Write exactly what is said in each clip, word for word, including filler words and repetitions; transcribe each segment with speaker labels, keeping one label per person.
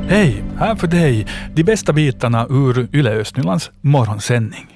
Speaker 1: Hej, här för dig de bästa bitarna ur Yle Östnylands morgonsändning.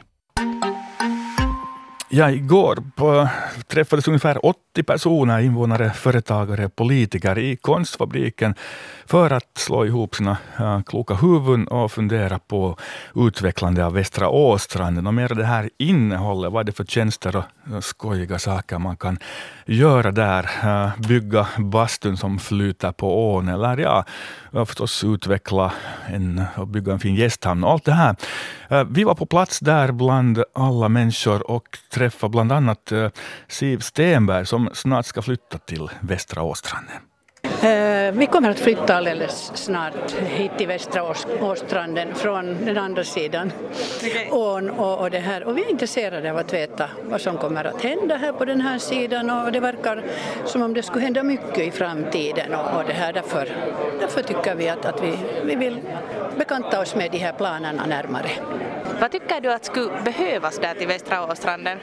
Speaker 1: Ja, igår på, träffades ungefär åttio personer, invånare, företagare, politiker i Konstfabriken för att slå ihop sina uh, kloka huvuden och fundera på utvecklande av Västra Åstranden och mer det här innehållet, vad är det för tjänster och uh, skojiga saker man kan göra där, uh, bygga bastun som flyter på ån eller ja, och förstås utveckla en, och bygga en fin gästhamn och allt det här. Uh, vi var på plats där bland alla människor och träffade bland annat uh, Siv Stenberg som snart ska flytta till Västra Åstranden.
Speaker 2: Vi kommer att flytta alldeles snart hit till Västra Åstranden från den andra sidan. Okay. Och, och, och, det här. och vi är intresserade av att veta vad som kommer att hända här på den här sidan. Och det verkar som om det skulle hända mycket i framtiden. Och, och det här. Därför, därför tycker vi att, att vi, vi vill bekanta oss med de här planerna närmare.
Speaker 3: Vad tycker du att skulle behövas där till Västra Åstranden?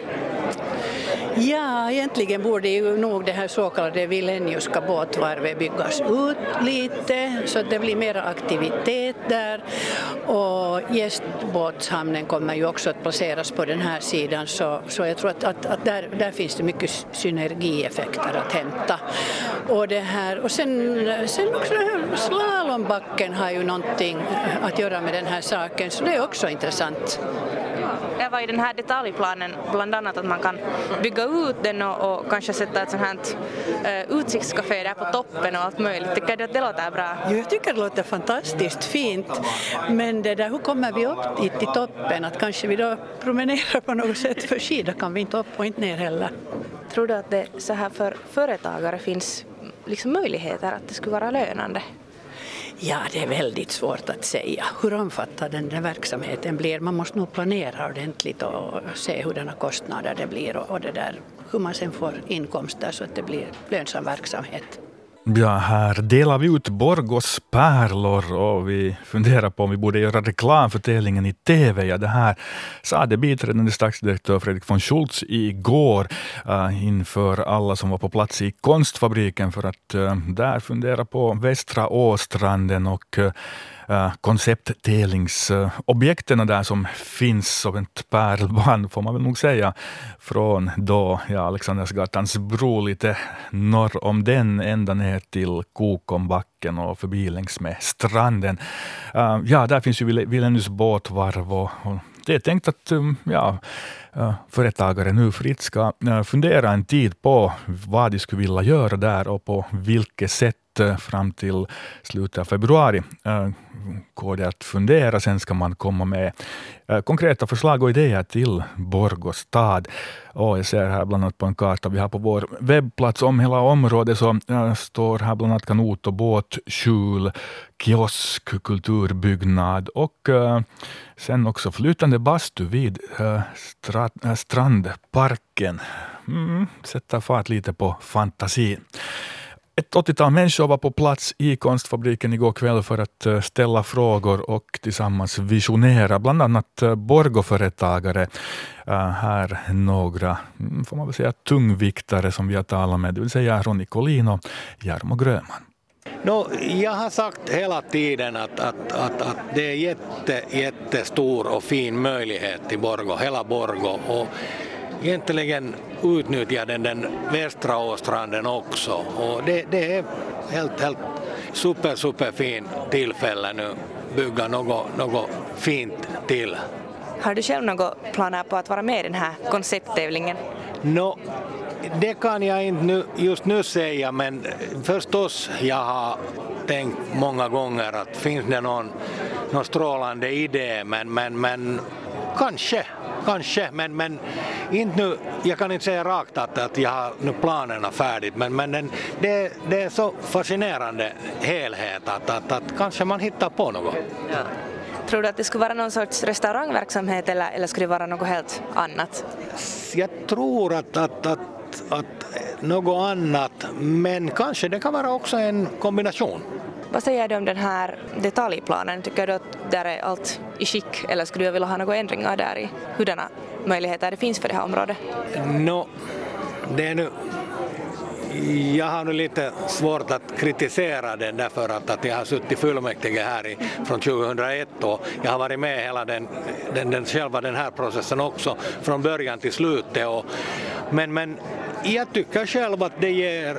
Speaker 2: Ja, egentligen borde ju nog det här så kallade Vileniuska båtvarvet byggas ut lite så att det blir mer aktivitet där. Och gästbåtshamnen kommer ju också att placeras på den här sidan så, så jag tror att, att, att där, där finns det mycket synergieffekter att hämta. Och, det här, och sen, sen också slalombacken har ju någonting att göra med den här saken så det är också intressant.
Speaker 3: Det var i den här detaljplanen bland annat att man kan bygga ut den och, och kanske sätta ett sånt här uh, utsiktscafé där på toppen och allt möjligt. Tycker du att det låter bra?
Speaker 2: Jo, jag tycker det låter fantastiskt fint. Men det där, hur kommer vi upp hit till toppen? Att kanske vi då promenerar på något sätt för skidor kan vi inte upp och inte ner heller.
Speaker 3: Tror du att det så här för företagare finns liksom möjligheter att det skulle vara lönande?
Speaker 2: Ja, det är väldigt svårt att säga. Hur omfattande den där verksamheten blir. Man måste nog planera ordentligt och se hurdana kostnader det blir och, och det där, hur man sen får inkomster så att det blir lönsam verksamhet.
Speaker 1: Ja, här delar vi ut Borgos pärlor och vi funderar på om vi borde göra reklam för tävlingen i T V. Ja, det här sa det biträdande statsdirektör Fredrik von Schultz igår uh, inför alla som var på plats i Konstfabriken för att uh, där fundera på Västra Åstranden och uh, Uh, koncepttävlingsobjekten uh, där som finns som ett pärlband får man väl nog säga från då ja, Alexandersgatans bro lite norr om den ända ner till Kokombacken och förbi längs med stranden. Uh, ja, där finns ju Vilenius båtvarv och, och det är tänkt att um, ja, uh, företagare nu fritt ska uh, fundera en tid på vad de skulle vilja göra där och på vilket sätt fram till slutet av februari uh, går det att fundera. Sen ska man komma med uh, konkreta förslag och idéer till Borgå stad. Och jag ser här bland annat på en karta vi har på vår webbplats om hela området så uh, står här bland annat kanot- och båtskjul, kiosk, kulturbyggnad och uh, sen också flytande bastu vid uh, stra- uh, strandparken. Mm, sätter fart lite på fantasin. Ett åttiotal människor var på plats i Konstfabriken igår kväll för att ställa frågor och tillsammans visionera. Bland annat Borgå-företagare. Här några, får man väl säga, tungviktare som vi har talat med. Det vill säga Ronny Collin och Jarmo Gröman.
Speaker 4: No, jag har sagt hela tiden att, att, att, att det är jätte, jättestor och fin möjlighet till Borgå, hela Borgå. Och egentligen utnyttjar den den Västra Åstranden också och det, det är helt, helt super, super fin tillfälle nu bygga något, något fint till.
Speaker 3: Har du själv några planer på att vara med i den här koncepttävlingen?
Speaker 4: No, det kan jag inte nu, just nu säga men förstås jag har tänkt många gånger att finns det någon, någon strålande idé men, men, men kanske Kanske, men, men inte nu, jag kan inte säga rakt att, att jag har nu planerna färdigt, men, men den, det, det är så fascinerande helhet att, att, att kanske man hittar på något.
Speaker 3: Ja. Tror du att det skulle vara någon sorts restaurangverksamhet eller, eller skulle det vara något helt annat?
Speaker 4: Jag tror att, att, att, att något annat, men kanske det kan vara också en kombination.
Speaker 3: Vad säger du om den här detaljplanen? Tycker du att där är allt i skick eller skulle du vilja ha några ändringar där i hurdana möjligheter det finns för det här området?
Speaker 4: No, det är nu... Jag har nu lite svårt att kritisera den därför att, att jag har suttit i fullmäktige här i, från tjugohundraett och jag har varit med hela den, den, den, själva den här processen också från början till slutet. Och, men, men jag tycker själv att det ger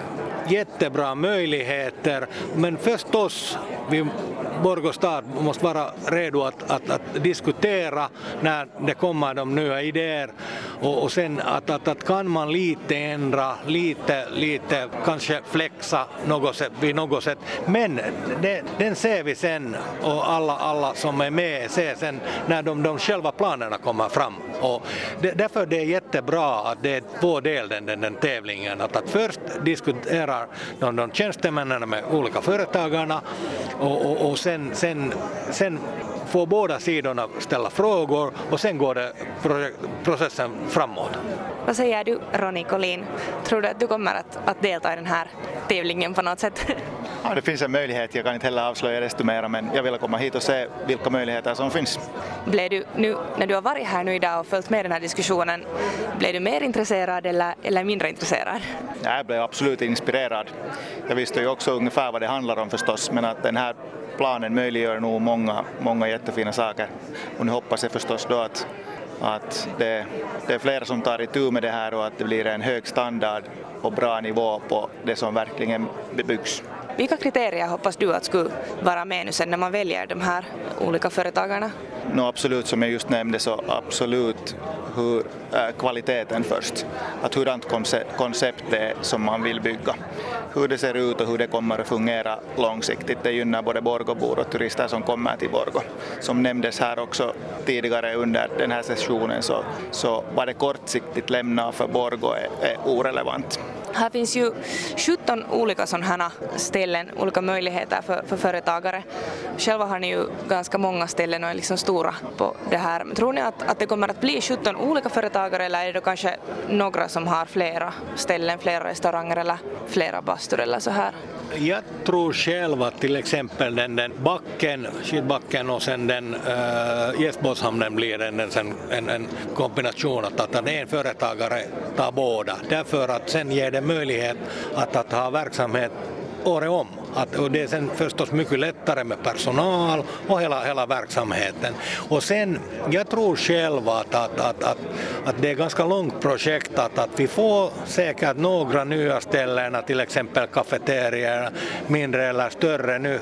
Speaker 4: jättebra möjligheter, men förstås vi Borgå stad måste vara redo att, att, att diskutera när det kommer de nya idéer och, och sen att, att, att kan man lite ändra, lite, lite kanske flexa något sätt, vid något sätt, men det, den ser vi sen och alla, alla som är med ser sen när de, de själva planerna kommer fram och det, därför det är jättebra att det är två delar den, den, den tävlingen, att, att först diskuterar de, de tjänstemännen med olika företagarna och, och, och sen, sen, sen får båda sidorna ställa frågor och sen går det processen framåt.
Speaker 3: Vad säger du, Ronny Collin? Tror du att du kommer att, att delta i den här tävlingen på något sätt?
Speaker 5: Ja, det finns en möjlighet. Jag kan inte heller avslöja desto mer, men jag vill komma hit och se vilka möjligheter som finns.
Speaker 3: Blev du nu, när du har varit här nu idag och följt med den här diskussionen, blev du mer intresserad eller, eller mindre intresserad?
Speaker 5: Jag blev absolut inspirerad. Jag visste ju också ungefär vad det handlar om förstås, men att den här planen möjliggör nog många, många jättefina saker. Och nu hoppas jag förstås då att, att det, det är flera som tar itu med det här och att det blir en hög standard och bra nivå på det som verkligen bebyggs.
Speaker 3: Vilka kriterier hoppas du att skulle vara med nu sen när man väljer de här olika företagarna?
Speaker 5: No, absolut, som jag just nämnde, så absolut hur äh, kvaliteten först. Att hurdant koncept det är som man vill bygga. Hur det ser ut och hur det kommer att fungera långsiktigt. Det gynnar både Borgåbor och turister som kommer till Borgå. Som nämndes här också tidigare under den här sessionen så, så vad det kortsiktigt lämnar för Borgå är, är orelevant.
Speaker 3: Här finns ju sjutton olika sådana här ställen, olika möjligheter för, för företagare. Själva har ni ju ganska många ställen och är liksom stora på det här. Men tror ni att, att det kommer att bli sjutton olika företagare eller är det kanske några som har flera ställen, flera restauranger eller flera bastur eller så här?
Speaker 4: Jag tror själv att till exempel den, den backen, skidbacken och sen den äh, Gästbåtshamnen blir en, en, en, en kombination att, att en företagare tar båda. Därför att sen ger det möjlighet att, att ha verksamhet året om. Att, och det är sen förstås mycket lättare med personal och hela, hela verksamheten. Och sen, jag tror själv att, att, att, att, att det är ett ganska långt projekt att, att vi får säkert några nya ställen, till exempel kafeterier, mindre eller större nu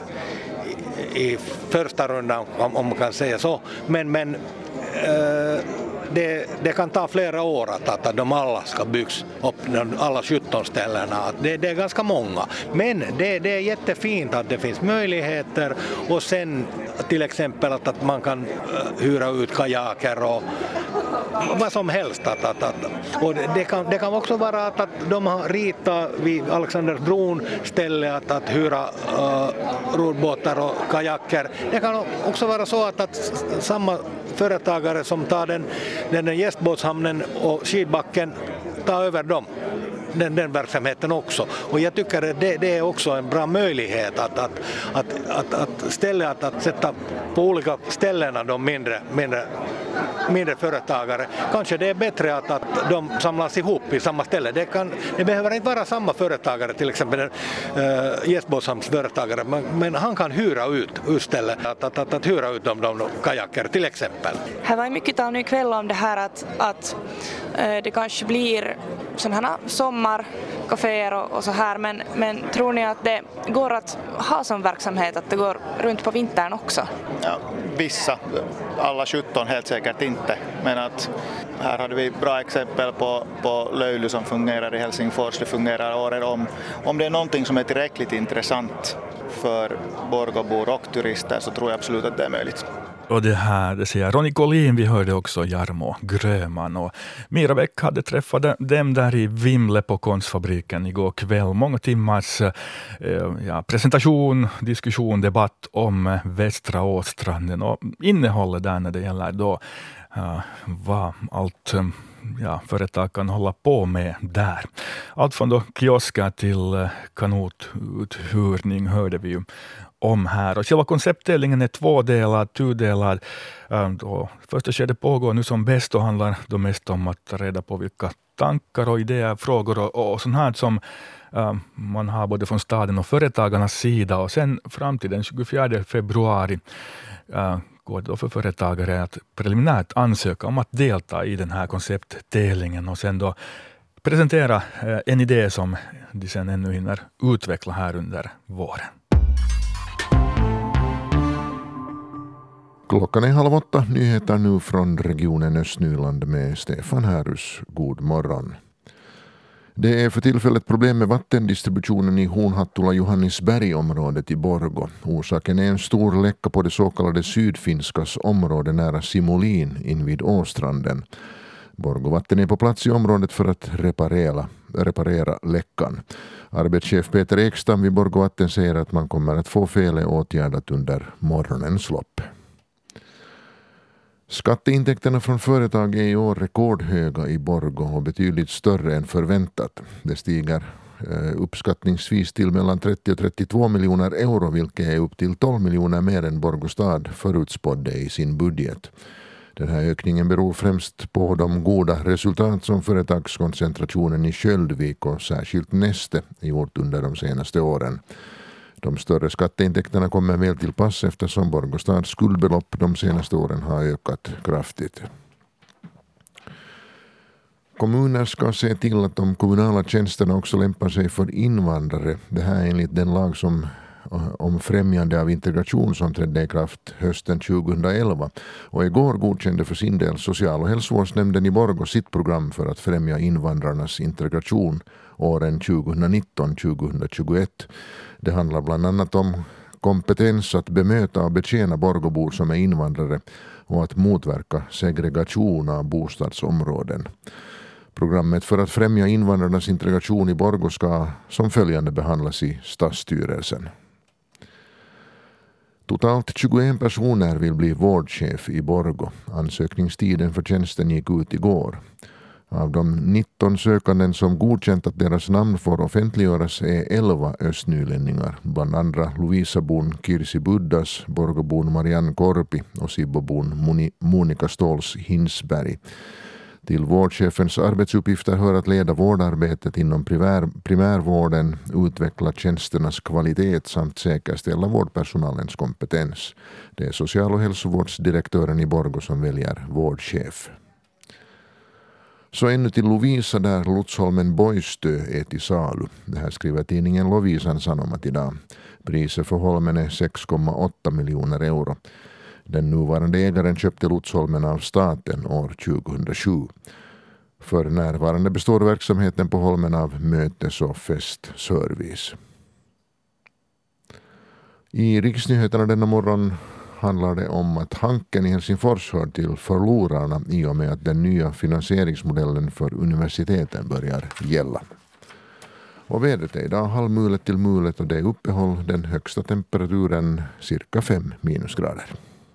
Speaker 4: i, i första rundan om, om man kan säga så. Men, men äh, Det, det kan ta flera år att, att de alla ska byggs upp, alla sjutton ställena. Det, det är ganska många. Men det, det är jättefint att det finns möjligheter och sen till exempel att, att man kan hyra ut kajaker och vad som helst. Att, att, att. Och det, kan, det kan också vara att, att de har ritat vid Alexandersbron ställe att, att hyra uh, rodbåtar och kajaker. Det kan också vara så att, att samma företagare som tar den, den, den gästbåtshamnen och skidbacken tar över dem. Den, den verksamheten också. Och jag tycker att det, det är också en bra möjlighet att, att, att, att, att ställa att, att sätta på olika ställena de mindre, mindre, mindre företagare. Kanske det är bättre att, att de samlas ihop i samma ställe. Det, kan, det behöver inte vara samma företagare, till exempel en äh, Gästbåtshamns företagare, men, men han kan hyra ut utstället, att, att, att, att hyra ut de, de, de kajaker till exempel.
Speaker 3: Här var mycket tal nu ikväll om det här att, att äh, det kanske blir sådana här sommarkaféer och, och så här, men, men tror ni att det går att ha som verksamhet, att det går runt på vintern också?
Speaker 5: Ja, vissa, alla sjutton helt säkert inte, men att här hade vi bra exempel på, på Löyly som fungerar i Helsingfors, det fungerar året om. Om det är någonting som är tillräckligt intressant för Borgåbor och turister så tror jag absolut att det är möjligt.
Speaker 1: Och det här, det säger Ronny Collin, vi hörde också Jarmo Gröman och Mira Bäck hade träffat dem där i Vimle på Konstfabriken igår kväll. Många timmars eh, ja, presentation, diskussion, debatt om Västra Åstranden och innehållet där när det gäller då uh, vad allt ja, företag kan hålla på med där. Allt från då kiosker till kanotuthyrning hörde vi ju om här. Och själva konceptdelningen är tvådelad, tudelad. Då första skedet pågår nu som bäst och handlar då mest om att ta reda på vilka tankar och idéer, frågor och, och sånt här som uh, man har både från staden och företagarnas sida. Och sen fram till den tjugofjärde februari uh, går det då för företagare att preliminärt ansöka om att delta i den här koncepttävlingen och sen då presentera uh, en idé som de sen ännu hinner utveckla här under våren.
Speaker 6: Klockan är halv åtta. Nyheter nu från regionen Östnyland med Stefan Härus. God morgon. Det är för tillfället problem med vattendistributionen i Hornhattula-Johannisberg-området i Borgå. Orsaken är en stor läcka på det så kallade Sydfinskas område nära Simolin invid Åstranden. Borgå Vatten är på plats i området för att reparera, reparera läckan. Arbetschef Peter Ekstam vid Borgå Vatten säger att man kommer att få felet åtgärdat under morgonens lopp. Skatteintäkterna från företag är i år rekordhöga i Borgå och betydligt större än förväntat. Det stiger eh, uppskattningsvis till mellan trettio och trettiotvå miljoner euro, vilket är upp till tolv miljoner mer än Borgå stad förutspådde i sin budget. Den här ökningen beror främst på de goda resultat som företagskoncentrationen i Sköldvik och särskilt Neste gjort under de senaste åren. De större skatteintäkterna kommer väl till pass eftersom Borgå stads skuldbelopp de senaste åren har ökat kraftigt. Kommuner ska se till att de kommunala tjänsterna också lämpar sig för invandrare. Det här är enligt den lag som om främjande av integration som trädde i kraft hösten tjugoelva. Och igår godkände för sin del social- och hälsovårdsnämnden i Borgå sitt program för att främja invandrarnas integration åren tjugonitton till tjugotjugoett. Det handlar bland annat om kompetens att bemöta och betjäna Borgåbor som är invandrare och att motverka segregation av bostadsområden. Programmet för att främja invandrarnas integration i Borgå ska som följande behandlas i stadsstyrelsen. Totalt tjugoen personer vill bli vårdchef i Borgå. Ansökningstiden för tjänsten gick ut igår. Av de nitton sökanden som godkänt att deras namn får offentliggöras är elva östnylänningar, bland andra Lovisabon Kirsi Buddas, Borgåbon Marianne Korpi och Sibbobon Monika Ståls Hinsberg. Till vårdchefens arbetsuppgifter hör att leda vårdarbetet inom primär, primärvården, utveckla tjänsternas kvalitet samt säkerställa vårdpersonalens kompetens. Det är social- och hälsovårdsdirektören i Borgå som väljer vårdchef. Så ännu till Lovisa där Lotsholmen Boystö är till salu. Det här skriver tidningen Lovisan Sanomat idag. Priset för holmen är sex komma åtta miljoner euro. Den nuvarande ägaren köpte Lotsholmen av staten år tjugohundrasju. För närvarande består verksamheten på holmen av mötes- och festservice. I riksnyheterna denna morgon handlar det om att Hanken i Helsingfors hör till förlorarna i och med att den nya finansieringsmodellen för universiteten börjar gälla. Och vädret är idag halvmulet till mulet och det är uppehåll, den högsta temperaturen cirka fem minusgrader.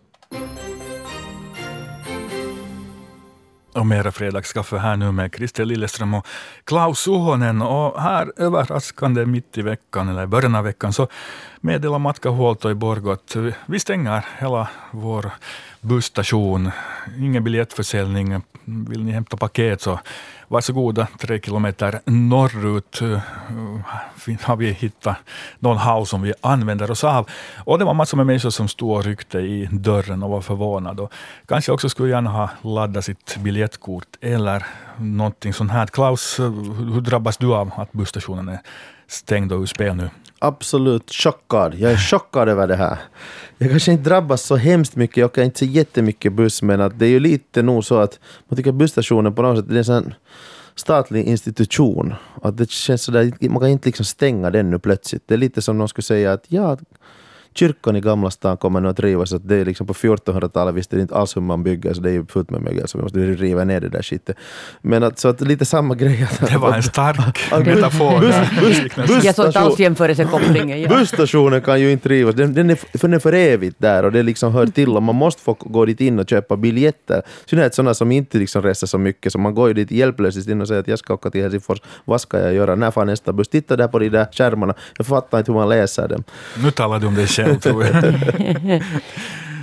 Speaker 1: Och mera fredagskaffe här nu med Christer Lilleström och Klaus Suhonen. Och här överraskande mitt i veckan eller i början av veckan så meddelar Matkahuolto i Borgå att vi stänger hela vår busstation. Ingen biljettförsäljning. Vill ni hämta paket så varsågoda, tre kilometer norrut har vi hittat någon house som vi använder oss av. Och det var massor med människor som stod och ryckte i dörren och var förvånade. Och kanske också skulle gärna ha laddat sitt biljettkort eller någonting sånt här. Klaus, hur drabbas du av att busstationen är stängd och ur spel nu?
Speaker 7: Absolut chockad. Jag är chockad över det här. Jag kanske inte drabbas så hemskt mycket. Jag kan inte se jättemycket buss, men att det är ju lite nog så att man tycker att busstationen på något sätt det är en sån statlig institution. Att det känns så där, man kan inte liksom stänga den nu plötsligt. Det är lite som någon skulle säga att ja, kyrkan i Gamla stan kommer nu att rivas. Att det är liksom på fjortonhundratalet visste det inte alls hur man bygger, så det är ju fullt med mögel så vi måste riva ner det där skiten. Men att, så att lite samma grej. Att,
Speaker 1: det var en stark metafor.
Speaker 8: Bus, bus, bus, jag såg inte alls jämförelsekopplingen. Ja.
Speaker 7: Busstationen kan ju inte rivas. Den, den, är, för den är för evigt där och det liksom hör till och man måste få gå dit in och köpa biljetter. Så det är sådana som inte liksom reser så mycket, så man går ju dit hjälplöst in och säger att jag ska åka till Helsingfors. Vad ska jag göra? När får nästa buss? Titta där på de där skärmarna. Jag fattar inte hur man läser dem.
Speaker 1: Nu talar du om det själv, tror jag.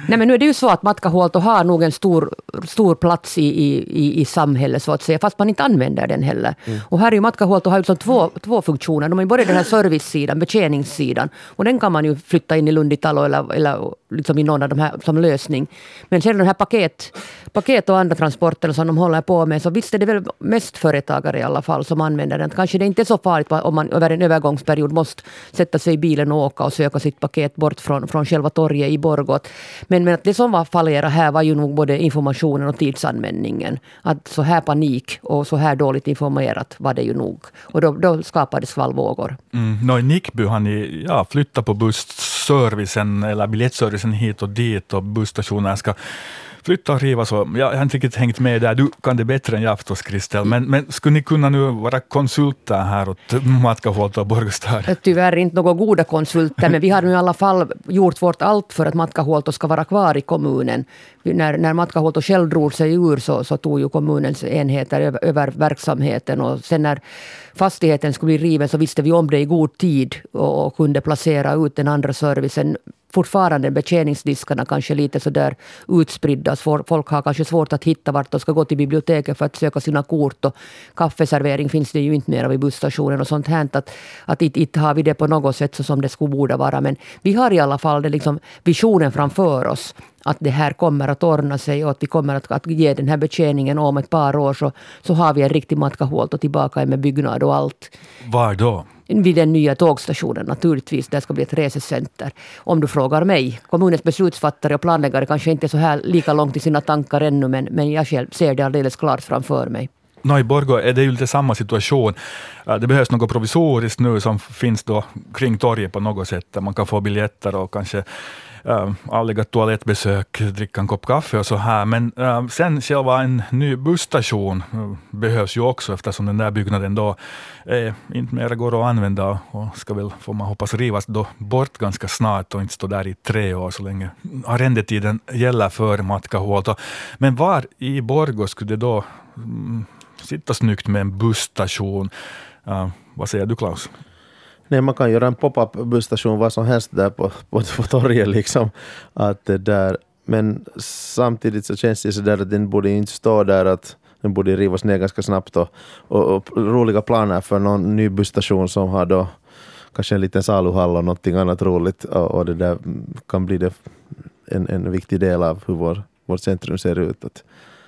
Speaker 8: Nej, men nu är det ju så att Matkahuolto har nog en stor, stor plats i, i, i samhället så att säga, fast man inte använder den heller. Mm. Och här är ju Matkahuolto har ju liksom två, två funktioner. De har ju både den här servicesidan, betjäningssidan, och den kan man ju flytta in i Lunditalo eller, eller liksom i någon av de här som lösning. Men sen de här paket, paket och andra transporter som de håller på med, så visst är det väl mest företagare i alla fall som använder den. Kanske det inte är så farligt om man över en övergångsperiod måste sätta sig i bilen och åka och söka sitt paket bort från, från själva torget i Borgå. Men, men att det som var fallerat här var ju nog både informationen och tidsanvändningen. Att så här panik och så här dåligt informerat var det ju nog. Och då, då skapades svallvågor.
Speaker 1: Mm, no, i Nickby har ni ja, flyttat på bussservicen eller biljettservicen hit och dit och busstationer ska flytta och riva så. Jag har inte riktigt hängt med där. Du kan det bättre än jag förstås, Kristel. Men, men skulle ni kunna nu vara konsulter här åt Matkahuolto och Borgostad?
Speaker 8: Tyvärr inte några goda konsulter, men vi har nu i alla fall gjort vårt allt för att Matkahuolto ska vara kvar i kommunen. När, när Matkahuolto själv drog sig ur så, så tog ju kommunens enheter över, över verksamheten, och sen när fastigheten skulle bli riven så visste vi om det i god tid och, och kunde placera ut den andra servicen. Fortfarande betjäningsdiskarna kanske lite så där utspridda. Folk har kanske svårt att hitta vart de ska gå till biblioteket för att söka sina kort, och kaffeservering finns det ju inte mer vid busstationen och sånt här. Att, att inte, inte har vi det på något sätt så som det skulle borde vara. Men vi har i alla fall det liksom visionen framför oss att det här kommer att ordna sig och att vi kommer att, att ge den här betjäningen om ett par år, så, så har vi en riktig Matkahuolto tillbaka med byggnad och allt.
Speaker 1: Var då?
Speaker 8: Vid den nya tågstationen naturligtvis. Det ska bli ett resecenter. Om du frågar mig, kommunens beslutsfattare och planläggare kanske inte är så här lika långt i sina tankar ännu, men, men jag själv ser det alldeles klart framför mig.
Speaker 1: No, i Borgå är det ju lite samma situation. Det behövs något provisoriskt nu som finns då kring torget på något sätt, där man kan få biljetter och kanske äh, alliga toalettbesök, dricka en kopp kaffe och så här. Men äh, sen själva en ny busstation äh, behövs ju också, eftersom den där byggnaden då äh, inte mer går att använda och ska väl, får man hoppas, rivas då bort ganska snart och inte stå där i tre år så länge arrendetiden gäller för Matkahuolto. Men var i Borgå skulle det då mm, sitta snyggt med en busstation? Uh, vad säger du, Klaus?
Speaker 7: Nej, man kan göra en pop-up busstation vad som helst där på, på, på torget liksom. Att det där, men samtidigt så känns det så där att den borde inte stå där, att den borde rivas ner ganska snabbt, och, och, och roliga planer för någon ny busstation som har då kanske en liten saluhall och någonting annat roligt, och, och det där kan bli det en, en viktig del av hur vår, vårt centrum ser ut. Att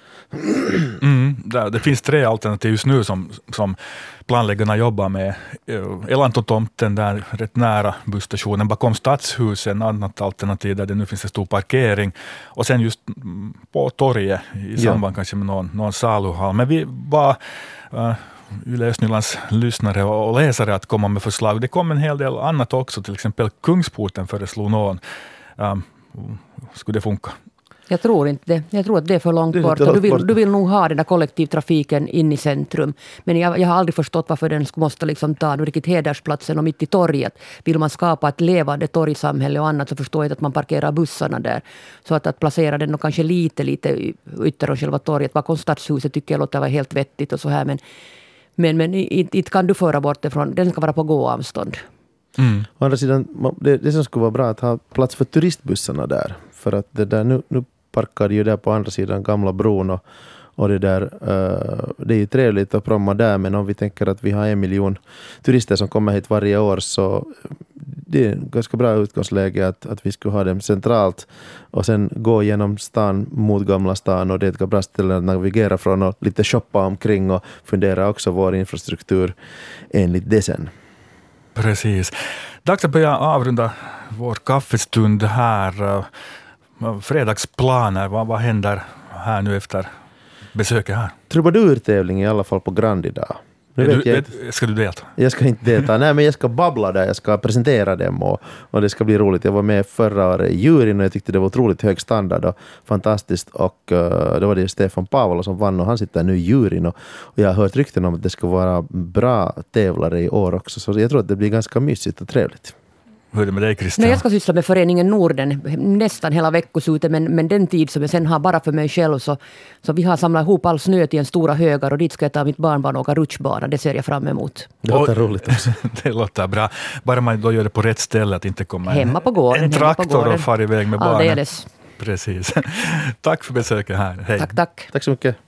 Speaker 1: Mm, det finns tre alternativ just nu som, som planläggarna jobbar med. Elantotomten där rätt nära busstationen bakom stadshusen, annat alternativ där det nu finns en stor parkering, och sen just på torget i samband ja. kanske med någon, någon saluhall. Men vi var uh, Yle Östnylands lyssnare och läsare att komma med förslag. Det kom en hel del annat också, till exempel Kungsporten föreslog någon. Um, skulle det funka?
Speaker 8: Jag tror inte det. Jag tror att det är för långt det, bort. Du vill, du vill nog ha den där kollektivtrafiken in i centrum. Men jag, jag har aldrig förstått varför den måste liksom ta riktigt hedersplatsen och mitt i torget. Vill man skapa ett levande torgsamhälle och annat, så förstår jag att man parkerar bussarna där. Så att, att placera den och kanske lite, lite ytter om själva torget. Bakom stadshuset tycker jag låter vara helt vettigt och så här. Men, men, men inte, inte kan du föra bort det från. Den ska vara på gåavstånd.
Speaker 7: Mm. Å andra sidan, det, det som skulle vara bra att ha plats för turistbussarna där. För att det där nu... nu parkade ju där på andra sidan gamla bron, och, och det där uh, det är ju trevligt att promma där, men om vi tänker att vi har en miljon turister som kommer hit varje år, så det är en ganska bra utgångsläge att, att vi skulle ha dem centralt och sen gå genom stan mot gamla stan, och det är ett bra ställe att navigera från och lite shoppa omkring och fundera också vår infrastruktur enligt det sen.
Speaker 1: Precis. Dags att börja avrunda vår kaffestund här. Fredagsplaner, vad, vad händer här nu efter besöket här?
Speaker 7: Trubadurtävling i alla fall på Grand idag. Nu
Speaker 1: vet
Speaker 7: du,
Speaker 1: jag, ska du delta?
Speaker 7: Jag ska inte delta. Nej, men jag ska babbla där. Jag ska presentera dem och, och det ska bli roligt. Jag var med förra året i juryn och jag tyckte det var otroligt hög standard och fantastiskt. Och uh, det var det Stefan Paavola som vann och han sitter nu i juryn. Och, och jag har hört rykten om att det ska vara bra tävlare i år också. Så jag tror att det blir ganska mysigt och trevligt.
Speaker 1: Hur är det med dig, Christian?
Speaker 8: Nej, jag ska syssla med föreningen Norden nästan hela veckoslutet, men, men den tid som jag sen har bara för mig själv, så, så vi har samlat ihop all snö till en stora högar och dit ska jag ta mitt barnbarn och åka rutschbana. Det ser jag fram emot.
Speaker 7: Det låter roligt också.
Speaker 1: Det låter bra. Bara man då gör det på rätt ställe, att inte komma
Speaker 8: hemma på gården,
Speaker 1: en traktor och far iväg med barnen.
Speaker 8: Alldeles.
Speaker 1: Precis. Tack för besöket här. Hej.
Speaker 8: Tack, tack.
Speaker 7: Tack så mycket.